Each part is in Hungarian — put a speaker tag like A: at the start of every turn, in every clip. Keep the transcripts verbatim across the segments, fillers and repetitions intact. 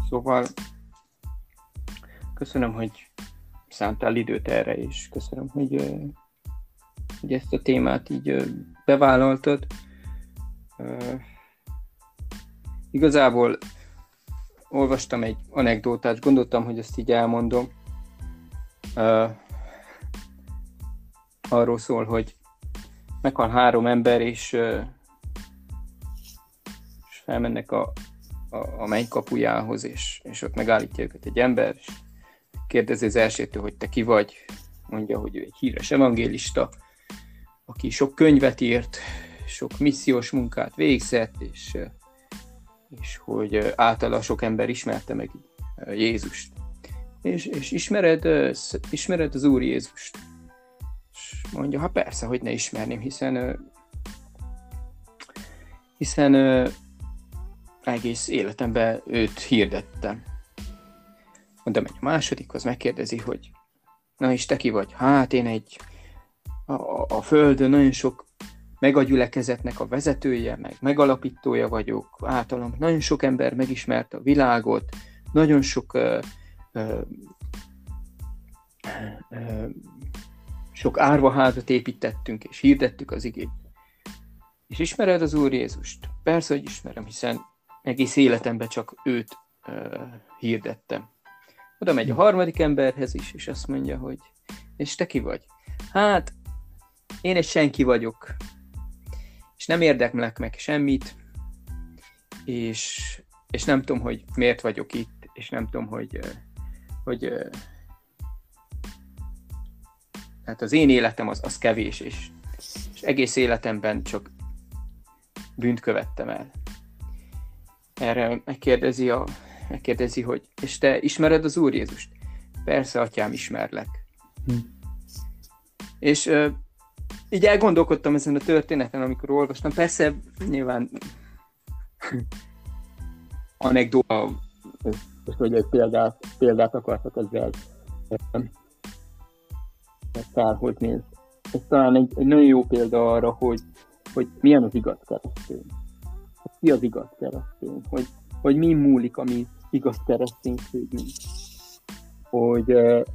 A: Szóval köszönöm, hogy szántál időt erre, és köszönöm, hogy, hogy ezt a témát így bevállaltad. Igazából olvastam egy anekdótát, és gondoltam, hogy ezt így elmondom. Arról szól, hogy meghal három ember, és, és felmennek a, a, a menny kapujához, és, és ott megállítja őket egy ember, és kérdezi az elsőtől, hogy te ki vagy. Mondja, hogy ő egy híres evangélista, aki sok könyvet írt, sok missziós munkát végzett, és, és hogy általa sok ember ismerte meg Jézust. És, és ismered, ismered az Úr Jézust? És mondja, hát persze, hogy ne ismerném, hiszen, hiszen egész életemben őt hirdettem. Oda megy a másodikhoz, megkérdezi, hogy na és te ki vagy? Hát én egy a, a földön nagyon sok megagyülekezetnek a vezetője, meg megalapítója vagyok, általam nagyon sok ember megismerte a világot, nagyon sok uh, uh, uh, sok árvaházat építettünk, és hirdettük az igét. És ismered az Úr Jézust? Persze, hogy ismerem, hiszen egész életemben csak őt uh, hirdettem. Oda megy a harmadik emberhez is, és azt mondja, hogy és te ki vagy? Hát, én egy senki vagyok, és nem érdeklek meg semmit, és, és nem tudom, hogy miért vagyok itt, és nem tudom, hogy, hogy hát az én életem az, az kevés, és, és egész életemben csak bűnt követtem el. Erre megkérdezi, a, megkérdezi, hogy és te ismered az Úr Jézust? Persze, atyám, ismerlek. Hm. És uh, így elgondolkodtam ezen a történeten, amikor olvastam. Persze, nyilván anekdóta, hogy egy példát, példát akartak ezzel felhozni. Ez talán egy, egy nagyon jó példa arra, hogy, hogy milyen az igaz keresztény. Ki az igaz keresztény? Hogy, hogy mi múlik a mi igaz kereszténységünk. Hogy,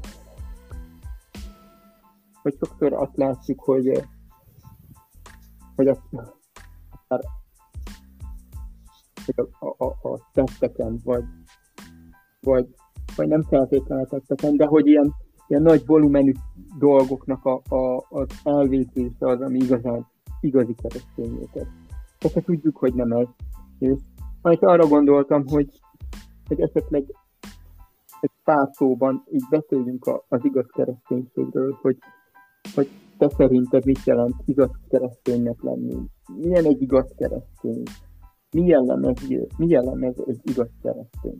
A: hogy sokszor azt látjuk, hogy, hogy, a, hogy a, a, a tetteken, vagy, vagy, vagy nem feltétlenül a tetteken, de hogy ilyen, ilyen nagy volumenű dolgoknak a, a, az elvégzése az, ami igazán igazi keresztényeket. Persze tudjuk, hogy nem ez. És majd arra gondoltam, hogy, hogy esetleg egy pár szóban így beszéljünk a, az igaz kereszténységről, hogy, hogy te szerinted mit jelent igaz kereszténynek lenni? Milyen egy igaz keresztény? Mi jellemez, mi jellemez egy igaz keresztény?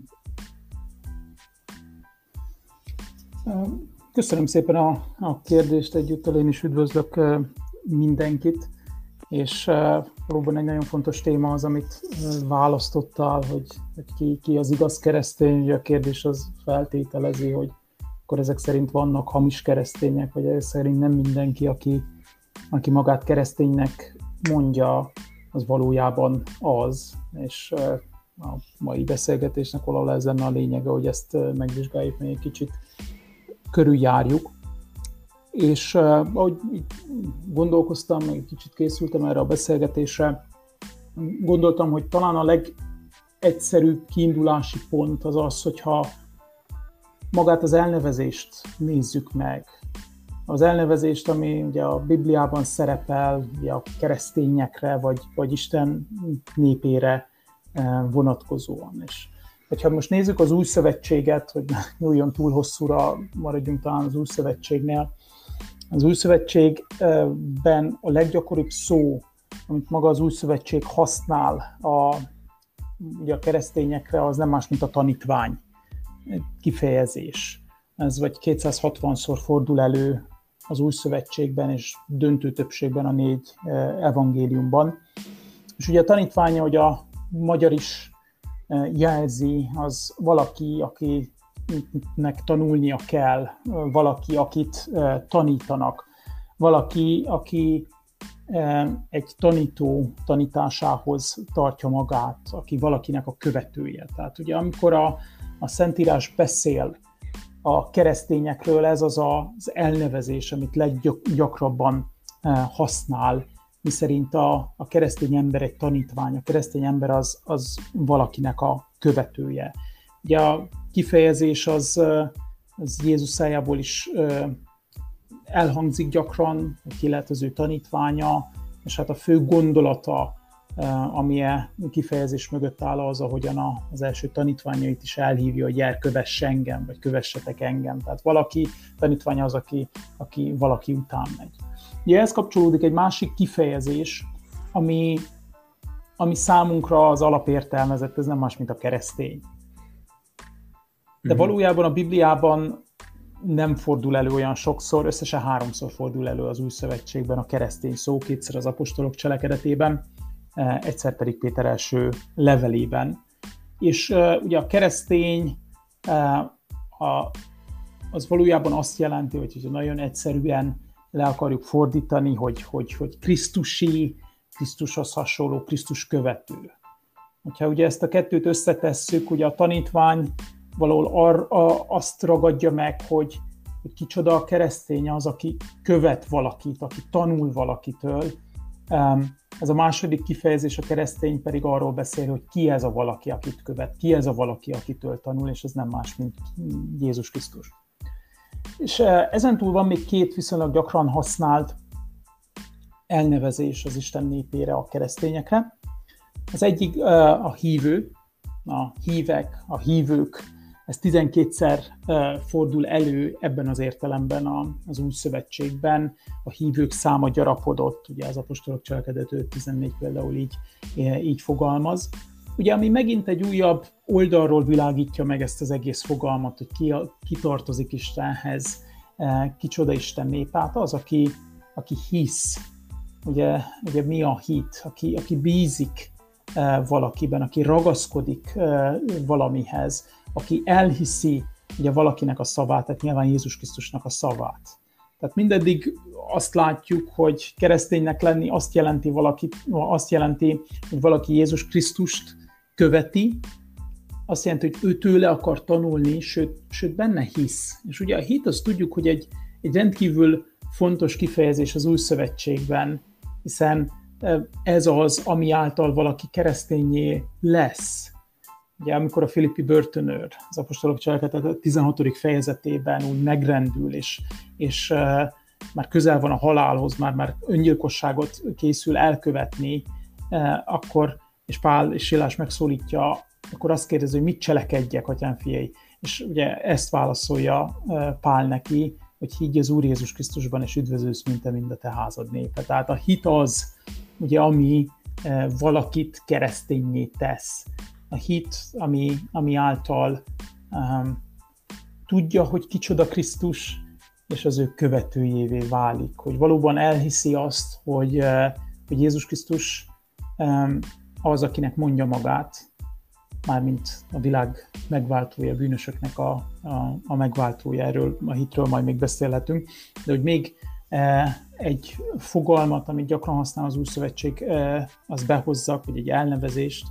B: Köszönöm szépen a, a kérdést, egyúttal én is üdvözlök mindenkit, és valóban egy nagyon fontos téma az, amit választottál, hogy, hogy ki, ki az igaz keresztény. Ugye a kérdés az feltételezi, hogy akkor ezek szerint vannak hamis keresztények, vagy ezek szerint nem mindenki, aki, aki magát kereszténynek mondja, az valójában az, és a mai beszélgetésnek valahol ez lenne a lényege, hogy ezt megvizsgáljuk, még egy kicsit körüljárjuk. És ahogy gondolkoztam, meg egy kicsit készültem erre a beszélgetésre, gondoltam, hogy talán a legegyszerűbb kiindulási pont az az, hogyha magát az elnevezést nézzük meg. Az elnevezést, ami ugye a Bibliában szerepel, ugye a keresztényekre, vagy, vagy Isten népére vonatkozóan. És hogyha most nézzük az Új Szövetséget, hogy nyúljon túl hosszúra, maradjunk talán az Új Szövetségnél. Az Új Szövetségben a leggyakoribb szó, amit maga az Új Szövetség használ a, ugye a keresztényekre, az nem más, mint a tanítvány kifejezés. Ez vagy kétszázhatvanszor fordul elő az Új Szövetségben, és döntő többségben a négy evangéliumban. És ugye a tanítványa, hogy a magyar is jelzi, az valaki, akinek tanulnia kell, valaki, akit tanítanak, valaki, aki egy tanító tanításához tartja magát, aki valakinek a követője. Tehát ugye amikor a, a Szentírás beszél a keresztényekről, ez az az elnevezés, amit leggyakrabban használ, miszerint a, a keresztény ember egy tanítvány, a keresztény ember az, az valakinek a követője. Ugye a kifejezés az, az Jézus szájából is elhangzik gyakran, hogy ki lehet az ő tanítványa, és hát a fő gondolata, ami a kifejezés mögött áll, az, ahogyan az első tanítványait is elhívja, hogy gyere, kövess engem, vagy kövessetek engem. Tehát valaki, tanítványa az, aki, aki valaki után megy. Ugye ehhez kapcsolódik egy másik kifejezés, ami, ami számunkra az alapértelmezett, ez nem más, mint a keresztény. De valójában a Bibliában nem fordul elő olyan sokszor, összesen háromszor fordul elő az Új Szövetségben a keresztény szó, kétszer az apostolok cselekedetében, egyszer pedig Péter első levelében. És uh, ugye a keresztény uh, a, az valójában azt jelenti, hogy nagyon egyszerűen le akarjuk fordítani, hogy, hogy, hogy Krisztusi, Krisztushoz hasonló, Krisztus követő. Hogyha ugye ezt a kettőt összetesszük, ugye a tanítvány valahol ar, a, azt ragadja meg, hogy, hogy kicsoda a keresztény, az, aki követ valakit, aki tanul valakitől. Ez a második kifejezés, a keresztény pedig arról beszél, hogy ki ez a valaki, akit követ, ki ez a valaki, akitől tanul, és ez nem más, mint Jézus Krisztus. És ezen túl van még két viszonylag gyakran használt elnevezés az Isten népére, a keresztényekre. Az egyik a hívő, a hívek, a hívők, ez tizenkétszer fordul elő ebben az értelemben az Új Szövetségben. A hívők száma gyarapodott, ugye az apostolok cselekedet öt tizennégy például így, így fogalmaz. Ugye, ami megint egy újabb oldalról világítja meg ezt az egész fogalmat, hogy ki, ki tartozik Istenhez, kicsoda Isten nép, hát az, aki, aki hisz. Ugye, ugye mi a hit? Aki, aki bízik valakiben, aki ragaszkodik valamihez, aki elhiszi ugye valakinek a szavát, tehát nyilván Jézus Krisztusnak a szavát. Tehát mindeddig azt látjuk, hogy kereszténynek lenni azt jelenti, valaki, azt jelenti, hogy valaki Jézus Krisztust követi, azt jelenti, hogy ő tőle akar tanulni, sőt, sőt benne hisz. És ugye a hit, azt tudjuk, hogy egy, egy rendkívül fontos kifejezés az Új Szövetségben, hiszen ez az, ami által valaki keresztényé lesz. Ugye amikor a filippi börtönőr az apostolok cselekedet tizenhatodik fejezetében úgy megrendül, és, és uh, már közel van a halálhoz, már, már öngyilkosságot készül elkövetni, uh, akkor, és Pál és Silás megszólítja, akkor azt kérdezi, hogy mit cselekedjek, atyám fiai. És ugye ezt válaszolja uh, Pál neki, hogy higgy az Úr Jézus Krisztusban, és üdvözülsz, mint te, mind a te házad népe. Tehát a hit az, ugye, ami uh, valakit kereszténnyé tesz. A hit, ami, ami által um, tudja, hogy kicsoda Krisztus, és az ő követőjévé válik. Hogy valóban elhiszi azt, hogy, uh, hogy Jézus Krisztus um, az, akinek mondja magát, mármint a világ megváltója, a bűnösöknek a, a, a megváltója, erről a hitről majd még beszélhetünk, de hogy még uh, egy fogalmat, amit gyakran használ az Új Szövetség, uh, az behozzak, vagy egy elnevezést,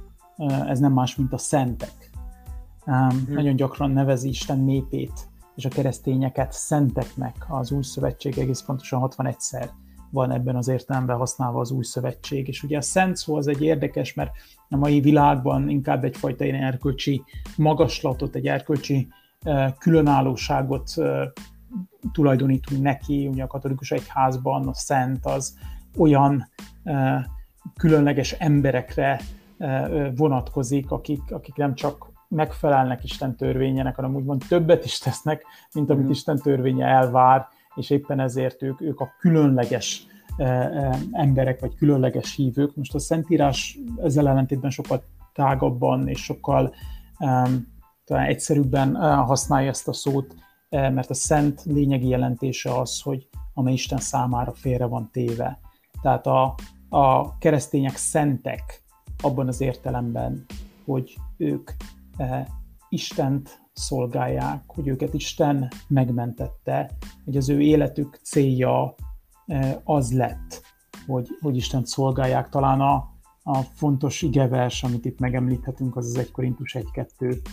B: ez nem más, mint a szentek. Um, hmm. Nagyon gyakran nevezi Isten népét és a keresztényeket szenteknek az Új Szövetség, egész pontosan hatvanegyszer van ebben az értelemben használva az Új Szövetség. És ugye a szent szó az egy érdekes, mert a mai világban inkább egyfajta ilyen erkölcsi magaslatot, egy erkölcsi uh, különállóságot uh, tulajdonítunk neki. Ugye a katolikus egyházban a szent az olyan uh, különleges emberekre vonatkozik, akik, akik nem csak megfelelnek Isten törvényének, hanem úgymond többet is tesznek, mint amit mm. Isten törvénye elvár, és éppen ezért ők, ők a különleges emberek, vagy különleges hívők. Most a Szentírás ezzel ellentétben sokkal tágabban és sokkal um, talán egyszerűbben uh, használja ezt a szót, uh, mert a szent lényegi jelentése az, hogy amely Isten számára félre van téve. Tehát a, a keresztények szentek, abban az értelemben, hogy ők eh, Istent szolgálják, hogy őket Isten megmentette, hogy az ő életük célja eh, az lett, hogy, hogy Istent szolgálják. Talán a, a fontos igevers, amit itt megemlíthetünk, az az egy Korintus egy kettő,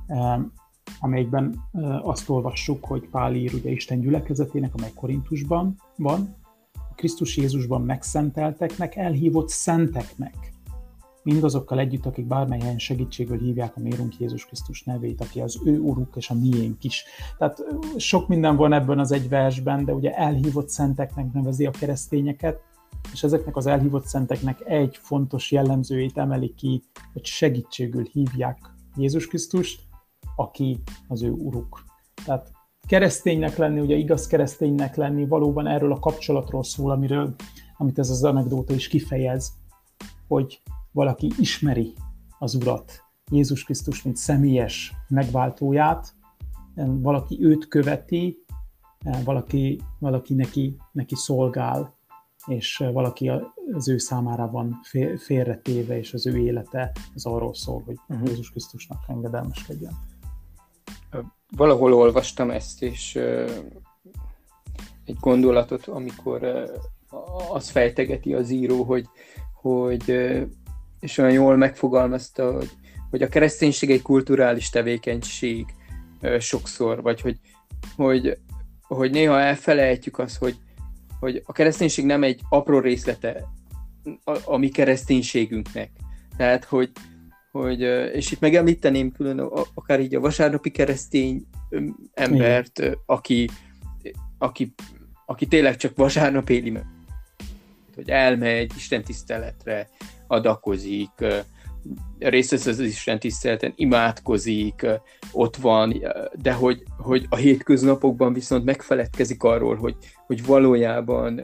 B: amelyikben azt olvassuk, hogy Pál ír ugye Isten gyülekezetének, amely Korintusban van, a Krisztus Jézusban megszentelteknek, elhívott szenteknek, mindazokkal együtt, akik bármely helyen segítségül hívják a mi Urunk Jézus Krisztus nevét, aki az ő Uruk és a miénk is. Tehát sok minden van ebben az egy versben, de ugye elhívott szenteknek nevezi a keresztényeket, és ezeknek az elhívott szenteknek egy fontos jellemzőjét emeli ki, hogy segítségül hívják Jézus Krisztust, aki az ő Uruk. Tehát kereszténynek lenni, ugye igaz kereszténynek lenni valóban erről a kapcsolatról szól, amiről, amit ez az anekdóta is kifejez, hogy valaki ismeri az Urat, Jézus Krisztus, mint személyes megváltóját, valaki őt követi, valaki, valaki neki, neki szolgál, és valaki az ő számára van félretéve, és az ő élete az arról szól, hogy uh-huh. Jézus Krisztusnak engedelmeskedjen.
A: Valahol olvastam ezt, és uh, egy gondolatot, amikor uh, azt fejtegeti az író, hogy, hogy uh, és olyan jól megfogalmazta, hogy, hogy a kereszténység egy kulturális tevékenység uh, sokszor, vagy hogy, hogy, hogy néha elfelejtjük azt, hogy, hogy a kereszténység nem egy apró részlete a, a mi kereszténységünknek. Tehát, hogy, hogy és itt megemlíteném külön akár így a vasárnapi keresztény embert, aki, aki, aki tényleg csak vasárnap éli meg, hogy elmegy istentiszteletre, adakozik, részt vesz az istentiszteleten, imádkozik, ott van, de hogy, hogy a hétköznapokban viszont megfeledkezik arról, hogy, hogy valójában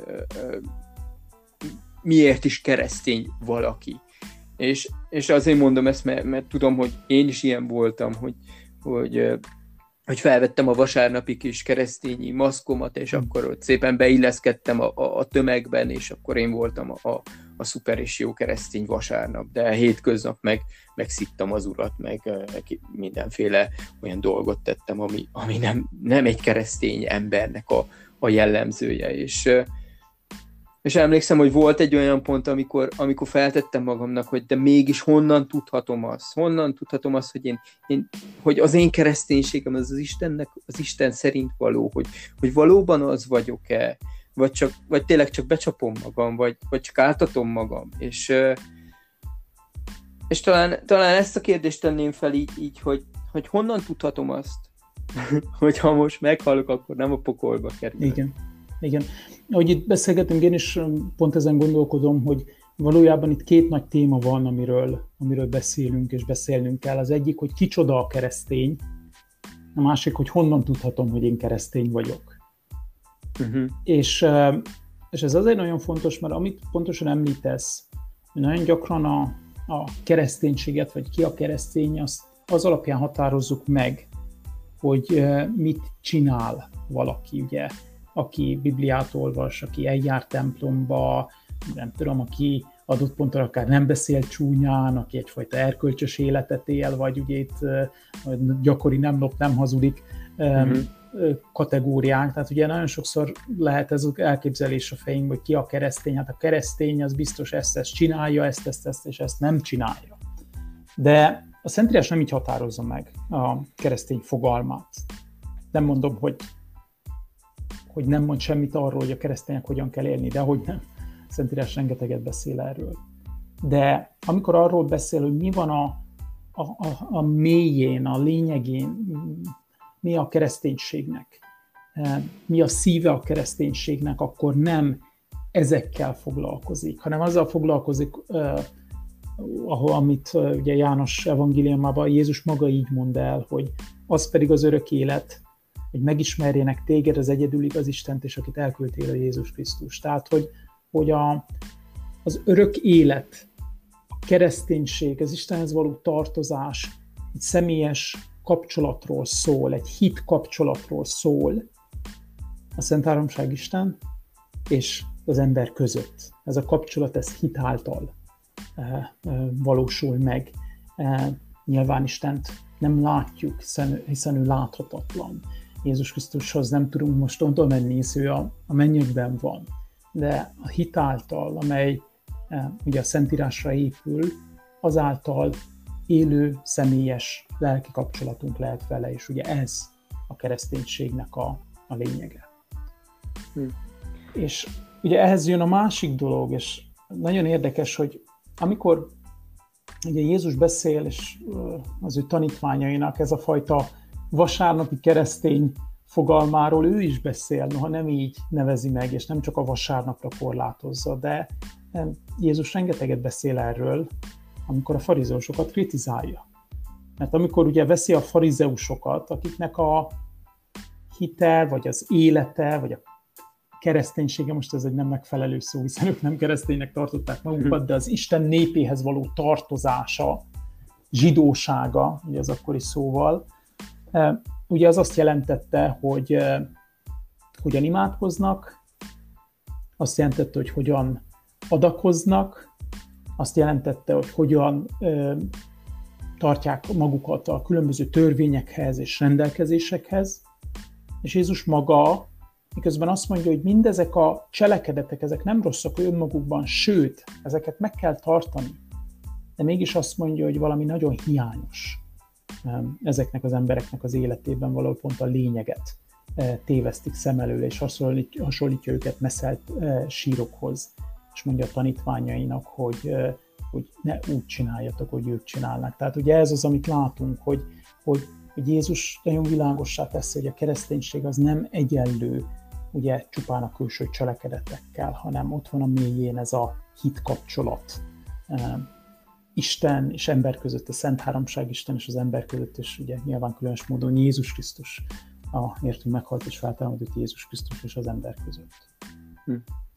A: miért is keresztény valaki. És, és azért mondom ezt, mert, mert tudom, hogy én is ilyen voltam, hogy, hogy, hogy felvettem a vasárnapi kis keresztényi maszkomat, és akkor ott szépen beilleszkedtem a, a, a tömegben, és akkor én voltam a, a, a szuper és jó keresztény vasárnap. De hétköznap meg megszittam az Urat, meg mindenféle olyan dolgot tettem, ami, ami nem, nem egy keresztény embernek a, a jellemzője. És, és emlékszem, hogy volt egy olyan pont, amikor, amikor feltettem magamnak, hogy de mégis honnan tudhatom azt? Honnan tudhatom azt, hogy, én, én, hogy az én kereszténységem az az Istennek, az Isten szerint való, hogy, hogy valóban az vagyok-e, vagy, csak, vagy tényleg csak becsapom magam, vagy, vagy csak áltatom magam. És, és talán, talán ezt a kérdést tenném fel így, így hogy, hogy honnan tudhatom azt, hogy ha most meghalok, akkor nem a pokolba kerül.
B: Igen. Igen. Ahogy itt beszélgetünk, én is pont ezen gondolkodom, hogy valójában itt két nagy téma van, amiről, amiről beszélünk és beszélnünk kell. Az egyik, hogy kicsoda a keresztény, a másik, hogy honnan tudhatom, hogy én keresztény vagyok. Uh-huh. És, és ez azért nagyon fontos, mert amit pontosan említesz, nagyon gyakran a, a kereszténységet, vagy ki a keresztény, az, az alapján határozzuk meg, hogy mit csinál valaki, ugye. Aki Bibliát olvas, aki eljár templomba, nem tudom, aki adott ponton akár nem beszél csúnyán, aki egyfajta erkölcsös életet él, vagy ugye itt gyakori nem lop, nem hazudik uh-huh. kategóriánk. Tehát ugye nagyon sokszor lehet ez az elképzelés a fejünkben, hogy ki a keresztény. Hát a keresztény az biztos ezt, ezt csinálja, ezt, ezt, ezt, és ezt nem csinálja. De a Szentírás nem így határozza meg a keresztény fogalmát. Nem mondom, hogy hogy nem mond semmit arról, hogy a keresztények hogyan kell élni, de hogy nem. A Szentírás rengeteget beszél erről. De amikor arról beszél, hogy mi van a, a, a, a mélyén, a lényegén, mi a kereszténységnek, mi a szíve a kereszténységnek, akkor nem ezekkel foglalkozik, hanem azzal foglalkozik, ahol, amit ugye János evangéliumában Jézus maga így mond el, hogy az pedig az örök élet, hogy megismerjenek téged, az egyedül igaz Istent, és akit elküldtél, a Jézus Krisztus. Tehát, hogy, hogy a, az örök élet, a kereszténység, az Istenhez való tartozás egy személyes kapcsolatról szól, egy hit kapcsolatról szól a Szent Háromság Isten és az ember között. Ez a kapcsolat, ez hit által e, e, valósul meg. E, nyilván Istent nem látjuk, hiszen, hiszen ő láthatatlan. Jézus Krisztushoz nem tudunk most oda menni, hisz ő a, a mennyekben van. De a hit által, amely e, ugye a Szentírásra épül, azáltal élő, személyes lelki kapcsolatunk lehet vele, és ugye ez a kereszténységnek a, a lényege. Hm. És ugye ehhez jön a másik dolog, és nagyon érdekes, hogy amikor ugye Jézus beszél, és az ő tanítványainak ez a fajta vasárnapi keresztény fogalmáról ő is beszél, noha nem így nevezi meg, és nem csak a vasárnapra korlátozza, de Jézus rengeteget beszél erről, amikor a farizeusokat kritizálja. Mert amikor ugye veszi a farizeusokat, akiknek a hite, vagy az élete, vagy a kereszténysége, most ez egy nem megfelelő szó, hiszen ők nem kereszténynek tartották magukat, de az Isten népéhez való tartozása, zsidósága, ugye az akkori szóval, ugye az azt jelentette, hogy hogyan imádkoznak, azt jelentette, hogy hogyan adakoznak, azt jelentette, hogy hogyan tartják magukat a különböző törvényekhez és rendelkezésekhez, és Jézus maga miközben azt mondja, hogy mindezek a cselekedetek, ezek nem rosszak önmagukban, sőt, ezeket meg kell tartani, de mégis azt mondja, hogy valami nagyon hiányos ezeknek az embereknek az életében, valahol pont a lényeget tévesztik szem elől, és hasonlítja őket meszelt sírokhoz, és mondja a tanítványainak, hogy, hogy ne úgy csináljatok, hogy ők csinálnak. Tehát ugye ez az, amit látunk, hogy, hogy, hogy Jézus nagyon világossá teszi, hogy a kereszténység az nem egyenlő ugye csupán a külső cselekedetekkel, hanem ott van a mélyén ez a hit kapcsolat. Isten és ember között, a Szent Háromság, Isten és az ember között, és ugye nyilván különös módon Jézus Krisztus, a értünk meghalt és feltámadott Jézus Krisztus és az ember között. Hm.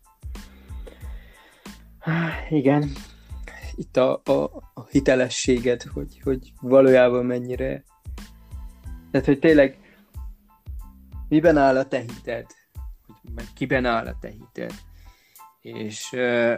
A: Igen, itt a, a, a hitelességed, hogy, hogy valójában mennyire, tehát hogy tényleg miben áll a te hited, meg kiben áll a te hited, és uh,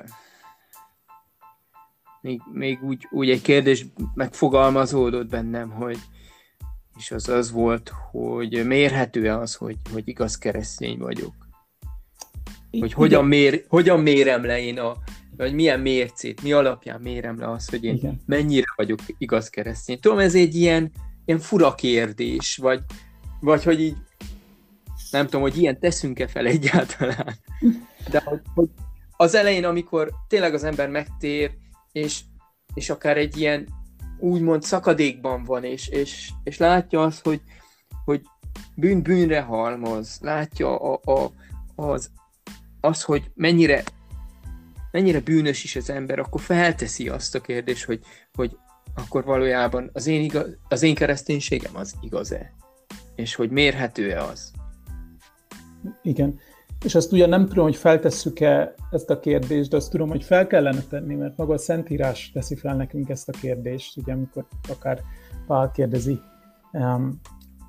A: még, még úgy, úgy egy kérdés megfogalmazódott bennem, hogy és az az volt, hogy mérhető-e az, hogy, hogy igaz keresztény vagyok. Hogy hogyan, mér, hogyan mérem le én a, vagy milyen mércét, mi alapján mérem le azt, hogy én Igen. mennyire vagyok igaz keresztény. Tudom, ez egy ilyen, ilyen fura kérdés, vagy, vagy hogy így, nem tudom, hogy ilyen teszünk-e fel egyáltalán. De hogy, hogy az elején, amikor tényleg az ember megtér, és, és akár egy ilyen úgymond szakadékban van, és, és, és látja azt, hogy, hogy bűn bűnre halmoz, látja a, a, az, az, hogy mennyire, mennyire bűnös is az ember, akkor felteszi azt a kérdést, hogy, hogy akkor valójában az én, igaz, az én kereszténységem az igaz-e? És hogy mérhető-e az?
B: Igen. És azt ugye nem tudom, hogy feltesszük-e ezt a kérdést, de azt tudom, hogy fel kellene tenni, mert maga a Szentírás teszi fel nekünk ezt a kérdést, ugye amikor akár Pál kérdezi um,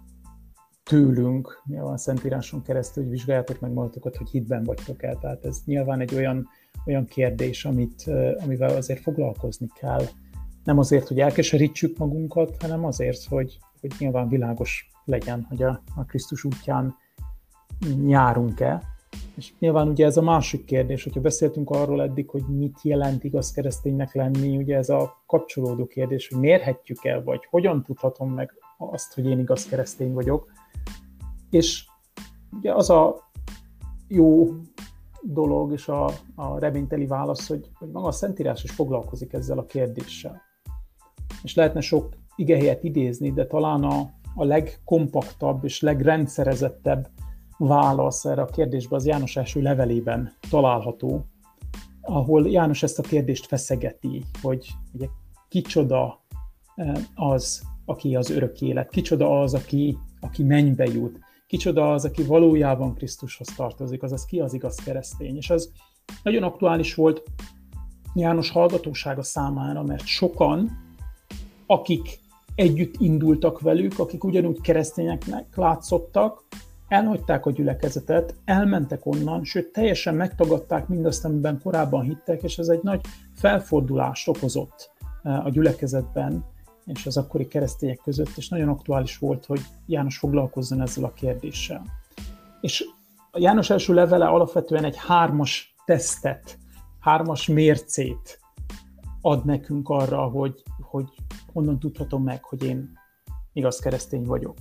B: tőlünk, nyilván a Szentíráson keresztül, hogy vizsgáljátok meg magatokat, hogy hitben vagytok el. Tehát ez nyilván egy olyan, olyan kérdés, amit, amivel azért foglalkozni kell. Nem azért, hogy elkeserítsük magunkat, hanem azért, hogy, hogy nyilván világos legyen, hogy a, a Krisztus útján járunk-e. És nyilván ugye ez a másik kérdés, hogyha beszéltünk arról eddig, hogy mit jelent igaz kereszténynek lenni, ugye ez a kapcsolódó kérdés, hogy mérhetjük-e, vagy hogyan tudhatom meg azt, hogy én igaz keresztény vagyok. És ugye az a jó dolog, és a, a reményteli válasz, hogy, hogy maga a Szentírás is foglalkozik ezzel a kérdéssel. És lehetne sok igehelyet idézni, de talán a, a legkompaktabb és legrendszerezettebb válasz erre a kérdésbe az János első levelében található, ahol János ezt a kérdést feszegeti, hogy ugye, kicsoda az, aki az örök élet, kicsoda az, aki, aki mennybe jut, kicsoda az, aki valójában Krisztushoz tartozik, azaz ki az igaz keresztény. És az nagyon aktuális volt János hallgatósága számára, mert sokan, akik együtt indultak velük, akik ugyanúgy keresztényeknek látszottak, elhagyták a gyülekezetet, elmentek onnan, sőt teljesen megtagadták mindazt, amiben korábban hittek, és ez egy nagy felfordulást okozott a gyülekezetben és az akkori keresztények között, és nagyon aktuális volt, hogy János foglalkozzon ezzel a kérdéssel. És a János első levele alapvetően egy hármas tesztet, hármas mércét ad nekünk arra, hogy, hogy honnan tudhatom meg, hogy én igaz keresztény vagyok.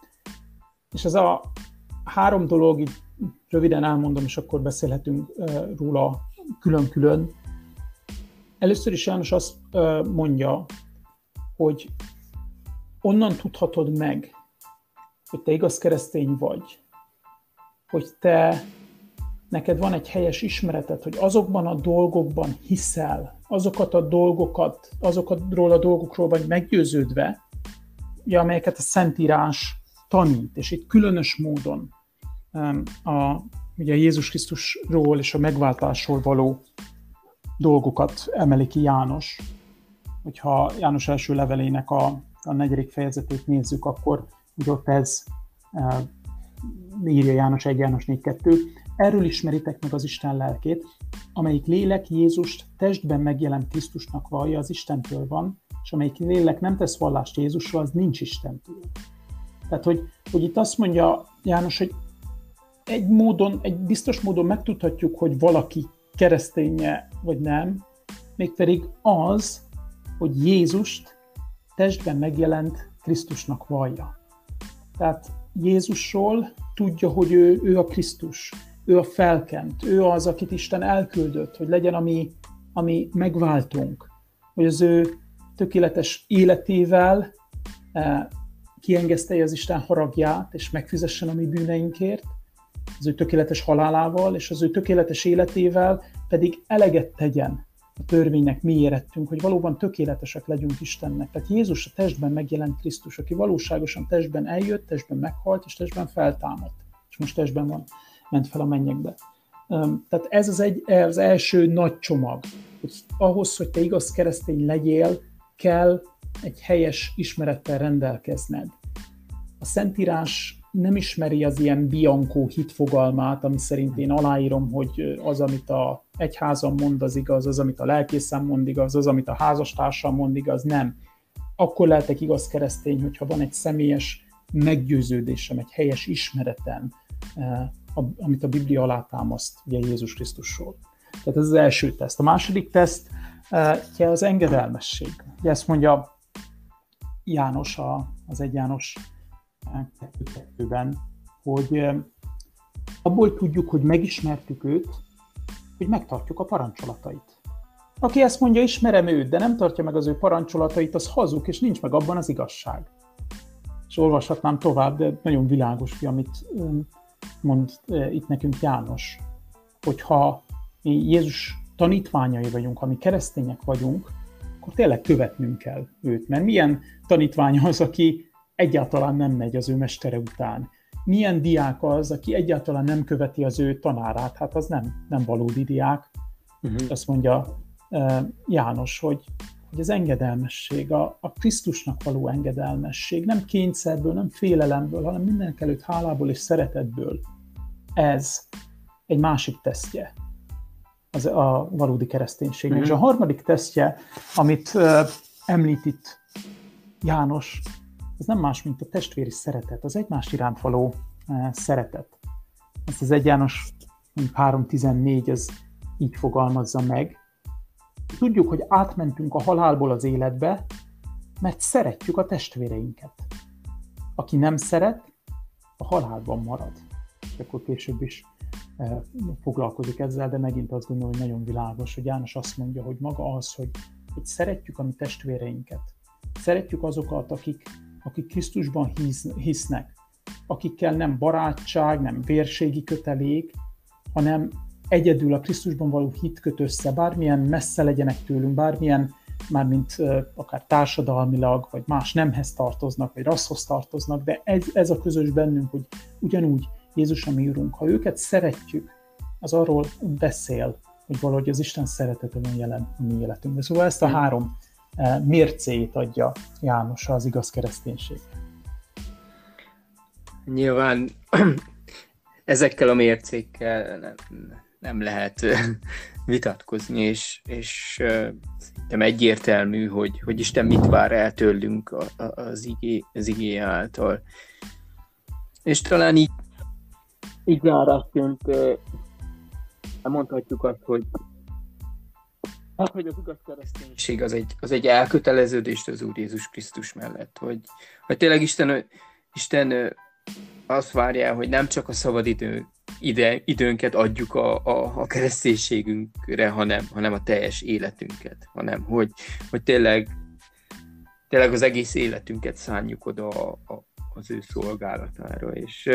B: És ez a három dolog, így röviden elmondom, és akkor beszélhetünk róla külön-külön. Először is János azt mondja, hogy onnan tudhatod meg, hogy te igaz keresztény vagy, hogy te, neked van egy helyes ismereted, hogy azokban a dolgokban hiszel, azokat a dolgokat, azokról a dolgokról vagy meggyőződve, ugye, amelyeket a Szentírás tanít, és itt különös módon a, ugye Jézus Krisztusról és a megváltásról való dolgokat emeli ki János. Hogyha János első levelének a, a negyedik fejezetét nézzük, akkor ugye ott ez e, írja János egy János négy kettő. Erről ismeritek meg az Isten lelkét, amelyik lélek Jézust testben megjelent Krisztusnak vallja, az Istentől van, és amelyik lélek nem tesz vallást Jézusról, az nincs Istentől. Tehát, hogy, hogy itt azt mondja János, hogy egy módon, egy biztos módon megtudhatjuk, hogy valaki kereszténye vagy nem, mégpedig az, hogy Jézust testben megjelent Krisztusnak vallja. Tehát Jézusról tudja, hogy ő, ő a Krisztus, ő a felkent, ő az, akit Isten elküldött, hogy legyen a mi, a mi megváltunk, hogy az ő tökéletes életével eh, kiengesztelje az Isten haragját, és megfizessen a mi bűneinkért, az ő tökéletes halálával, és az ő tökéletes életével pedig eleget tegyen a törvénynek, mi érettünk, hogy valóban tökéletesek legyünk Istennek. Tehát Jézus a testben megjelent Krisztus, aki valóságosan testben eljött, testben meghalt, és testben feltámadt. És most testben van, ment fel a mennyekbe. Tehát ez az, egy, az első nagy csomag, hogy ahhoz, hogy te igaz keresztény legyél, kell egy helyes ismerettel rendelkezned. A Szentírás nem ismeri az ilyen biankó hitfogalmát, ami szerint én aláírom, hogy az, amit a egyházam mond, az igaz, az, amit a lelkészem mond, igaz, az, amit a házastársam mond, igaz, nem. Akkor lehetek igaz keresztény, hogyha van egy személyes meggyőződésem, egy helyes ismeretem, amit a Biblia alátámaszt, ugye Jézus Krisztusról. Tehát ez az első teszt. A második teszt ugye az engedelmesség. Ugye ezt mondja János, az egy János kettőben, hogy abból tudjuk, hogy megismertük őt, hogy megtartjuk a parancsolatait. Aki ezt mondja, ismerem őt, de nem tartja meg az ő parancsolatait, az hazug, és nincs meg abban az igazság. És olvashatnám tovább, de nagyon világos, amit mond itt nekünk János, hogyha mi Jézus tanítványai vagyunk, ha mi keresztények vagyunk, akkor tényleg követnünk kell őt. Mert milyen tanítvány az, aki egyáltalán nem megy az ő mestere után? Milyen diák az, aki egyáltalán nem követi az ő tanárát? Hát az nem, nem valódi diák. Uh-huh. Azt mondja uh, János, hogy, hogy az engedelmesség, a, a Krisztusnak való engedelmesség, nem kényszerből, nem félelemből, hanem mindenekelőtt hálából és szeretetből. Ez egy másik tesztje az a valódi kereszténységnek. Uh-huh. És a harmadik tesztje, amit uh, említ itt János, ez nem más, mint a testvéri szeretet, az egymás iránt való uh, szeretet. Ezt az egy János három tizennégy ez így fogalmazza meg. Tudjuk, hogy átmentünk a halálból az életbe, mert szeretjük a testvéreinket. Aki nem szeret, a halálban marad. És akkor később is uh, foglalkozik ezzel, de megint azt gondolom, hogy nagyon világos, hogy János azt mondja, hogy maga az, hogy, hogy szeretjük a mi testvéreinket. Szeretjük azokat, akik akik Krisztusban hisz, hisznek, akikkel nem barátság, nem vérségi kötelék, hanem egyedül a Krisztusban való hit köt össze, bármilyen messze legyenek tőlünk, bármilyen, mármint akár társadalmilag, vagy más nemhez tartoznak, vagy rasszhoz tartoznak, de ez, ez a közös bennünk, hogy ugyanúgy Jézus a mi Urunk, ha őket szeretjük, az arról beszél, hogy valahogy az Isten szeretete van jelen a mi életünkben. Szóval ezt a három mércéjét adja János az igaz kereszténység.
C: Nyilván ezekkel a mércékkel nem, nem lehet vitatkozni, és, és szerintem egyértelmű, hogy, hogy Isten mit vár el tőlünk az, igé, az igé által. És talán így
A: így zárásként mondhatjuk azt, hogy
C: Hát, hogy az igaz kereszténység az egy, az egy elköteleződést az Úr Jézus Krisztus mellett, hogy, hogy tényleg Isten, Isten azt várja, hogy nem csak a szabadidő ide, időnket adjuk a, a, a kereszténységünkre, hanem, hanem a teljes életünket, hanem hogy, hogy tényleg, tényleg az egész életünket szánjuk oda a, a, az ő szolgálatára. És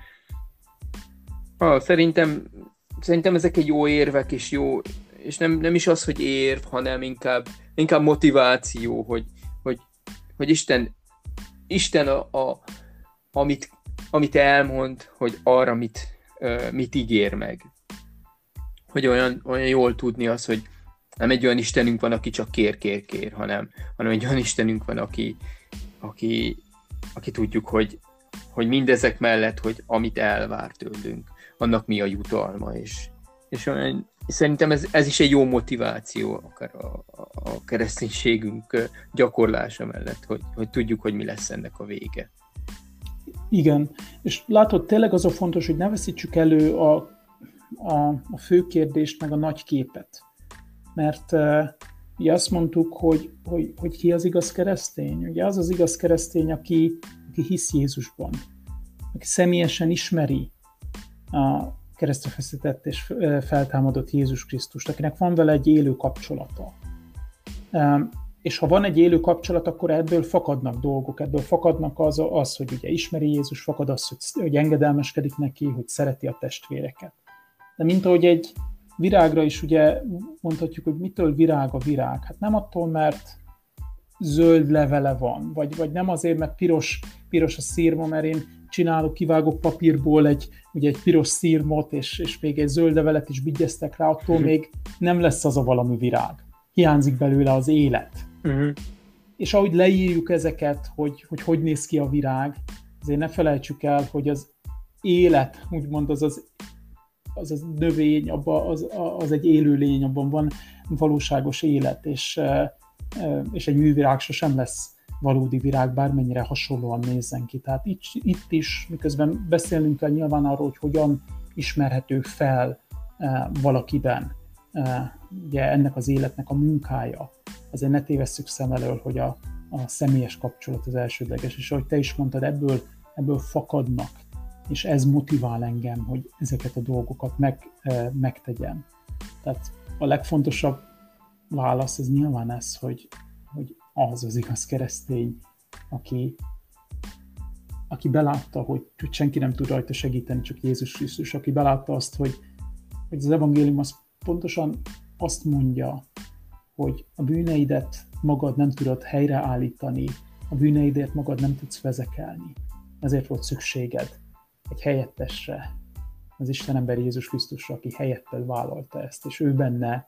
C: uh, szerintem, szerintem ezek egy jó érvek, és jó, és nem, nem is az, hogy érv, hanem inkább, inkább motiváció, hogy, hogy, hogy Isten, Isten a, a, amit, amit elmond, hogy arra mit, uh, mit ígér meg. Hogy olyan, olyan jól tudni az, hogy nem egy olyan Istenünk van, aki csak kér, kér, kér, hanem, hanem egy olyan Istenünk van, aki, aki, aki tudjuk, hogy, hogy mindezek mellett, hogy amit elvár tőlünk, annak mi a jutalma. És, és olyan, szerintem ez, ez is egy jó motiváció akár a, a, a kereszténységünk gyakorlása mellett, hogy, hogy tudjuk, hogy mi lesz ennek a vége.
B: Igen, és látod, tényleg az a fontos, hogy ne veszítsük elő a, a, a fő kérdést, meg a nagy képet. Mert uh, ugye azt mondtuk, hogy, hogy, hogy ki az igaz keresztény. Ugye az az igaz keresztény, aki, aki hisz Jézusban, aki személyesen ismeri a keresztre feszített és feltámadott Jézus Krisztust, akinek van vele egy élő kapcsolata. Um, és ha van egy élő kapcsolat, akkor ebből fakadnak dolgok, ebből fakadnak az, az hogy ugye ismeri Jézus, fakad az, hogy, hogy engedelmeskedik neki, hogy szereti a testvéreket. De mint ahogy egy virágra is ugye mondhatjuk, hogy mitől virág a virág. Hát nem attól, mert zöld levele van, vagy, vagy nem azért, mert piros, piros a szírma, mert én csinálok, kivágok papírból egy, ugye egy piros szírmot, és, és még egy zöld levelet is bigyeztek rá, attól még nem lesz az a valami virág. Hiányzik belőle az élet. Uh-huh. És ahogy leírjuk ezeket, hogy, hogy hogy néz ki a virág, azért ne felejtsük el, hogy az élet, úgymond az az az a növény, abban az, az egy élő lény, abban van valóságos élet, és, és egy művirág sosem lesz valódi virág, bármennyire hasonlóan nézzen ki. Tehát itt, itt is, miközben beszélnünk kell nyilván arról, hogy hogyan ismerhető fel valakiben ugye ennek az életnek a munkája, azért ne tévesszük szem elől, hogy a, a személyes kapcsolat az elsődleges, és ahogy te is mondtad, ebből, ebből fakadnak, és ez motivál engem, hogy ezeket a dolgokat meg, megtegyem. Tehát a legfontosabb válasz az nyilván ez, hogy, hogy az az igaz keresztény, aki, aki belátta, hogy, hogy senki nem tud rajta segíteni, csak Jézus Krisztus, aki belátta azt, hogy, hogy az evangélium az pontosan azt mondja, hogy a bűneidet magad nem tudod helyreállítani, a bűneidért magad nem tudsz vezekelni. Ezért volt szükséged egy helyettesre, az Isten ember Jézus Krisztusra, aki helyetted vállalta ezt, és ő benne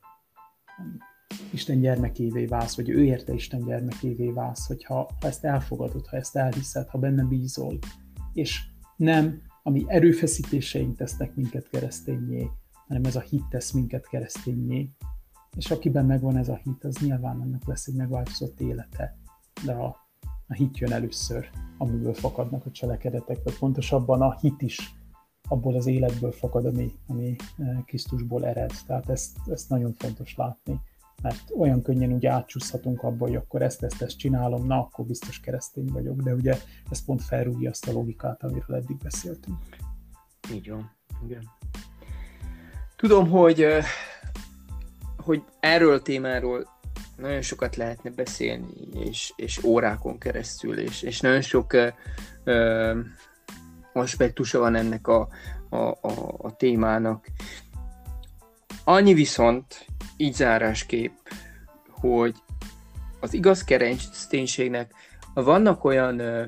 B: Isten gyermekévé válsz, vagy ő érte Isten gyermekévé válsz, hogyha ha ezt elfogadod, ha ezt elhiszed, ha benne bízol, és nem a mi erőfeszítéseink tesznek minket kereszténnyé, hanem ez a hit tesz minket kereszténnyé, és akiben megvan ez a hit, az nyilván annak lesz egy megváltozott élete, de a A hit jön először, amiből fakadnak a cselekedetek, vagy pontosabban a hit is abból az életből fakad, ami, ami Krisztusból ered. Tehát ezt, ezt nagyon fontos látni, mert olyan könnyen ugye átcsúszhatunk abba, hogy akkor ezt, ezt, ezt csinálom, na akkor biztos keresztény vagyok, de ugye ez pont felrúgja azt a logikát, amiről eddig beszéltünk.
C: Így van, igen. Tudom, hogy, hogy erről a témáról nagyon sokat lehetne beszélni, és, és órákon keresztül, és, és nagyon sok ö, ö, aspektusa van ennek a, a, a, a témának. Annyi viszont, így zárásképp, hogy az igaz kereszténységnek vannak olyan, ö,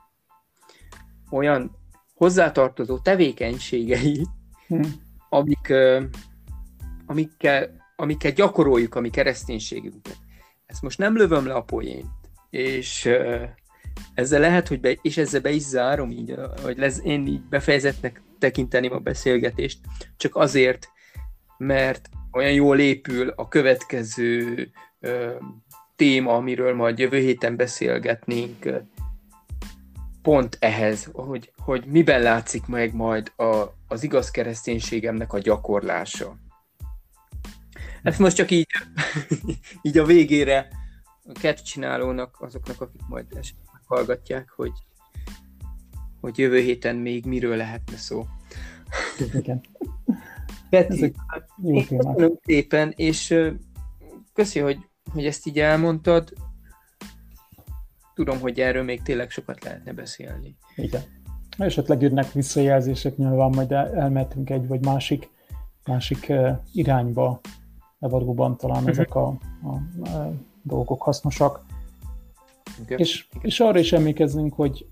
C: olyan hozzátartozó tevékenységei, hm. amik, ö, amikkel amiket gyakoroljuk a mi kereszténységünket. Ezt most nem lövöm le a poént, és uh, ezzel lehet, hogy be, és ezzel be is zárom így, hogy lesz, én így befejezetnek tekinteném a beszélgetést, csak azért, mert olyan jól épül a következő uh, téma, amiről majd jövő héten beszélgetnénk, uh, pont ehhez, hogy, hogy miben látszik meg majd a, az igaz kereszténységemnek a gyakorlása. Ezt most csak így, így a végére a kettcsinálónak, azoknak, akik majd esetleg hallgatják, hogy, hogy jövő héten még miről lehetne szó.
B: Igen.
C: Peti, köszönöm szépen, és köszi, hogy, hogy ezt így elmondtad. Tudom, hogy erről még tényleg sokat lehetne beszélni.
B: Igen. Esetleg jönnek visszajelzések, nyilván majd elmehetünk egy vagy másik, másik irányba, de valóban talán ezek a, a, a dolgok hasznosak.
C: Okay.
B: És, és arra is emlékeznünk, hogy,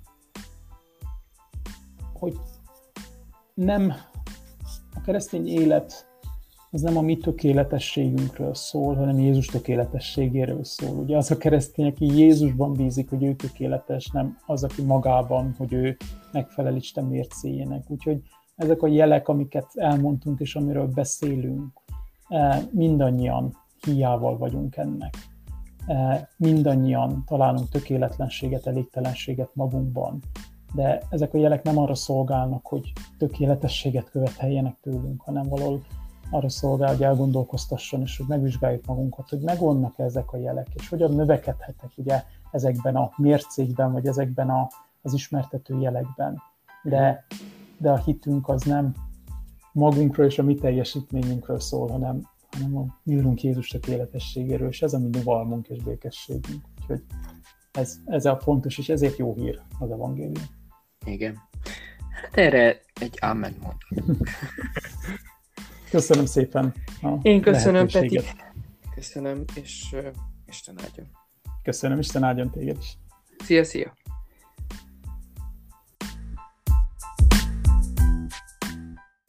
B: hogy nem a keresztény élet az nem a mi tökéletességünkről szól, hanem Jézus tökéletességéről szól. Ugye az a keresztény, aki Jézusban bízik, hogy ő tökéletes, nem az, aki magában, hogy ő megfelel Isten mércéjének. Úgyhogy ezek a jelek, amiket elmondtunk és amiről beszélünk, mindannyian hiával vagyunk ennek. Mindannyian találunk tökéletlenséget, elégtelenséget magunkban. De ezek a jelek nem arra szolgálnak, hogy tökéletességet követeljenek tőlünk, hanem valahol arra szolgál, hogy elgondolkoztasson, és hogy megvizsgáljuk magunkat, hogy megvannak ezek a jelek, és hogyan növekedhetek ugye ezekben a mércékben, vagy ezekben a, az ismertető jelekben. De, de a hitünk az nem magunkról és a mi teljesítményünkről szól, hanem, hanem a mi Úrunk Jézus tökéletességéről, és ez a mi nyugalmunk és békességünk. Úgyhogy ez, ez a fontos, és ezért jó hír az evangélium.
C: Igen. Hát erre egy amen mondhatunk.
B: Köszönöm szépen a
C: Én köszönöm, Peti. Köszönöm, és uh, Isten áldjon.
B: Köszönöm, Isten áldjon téged is.
C: Szia, szia.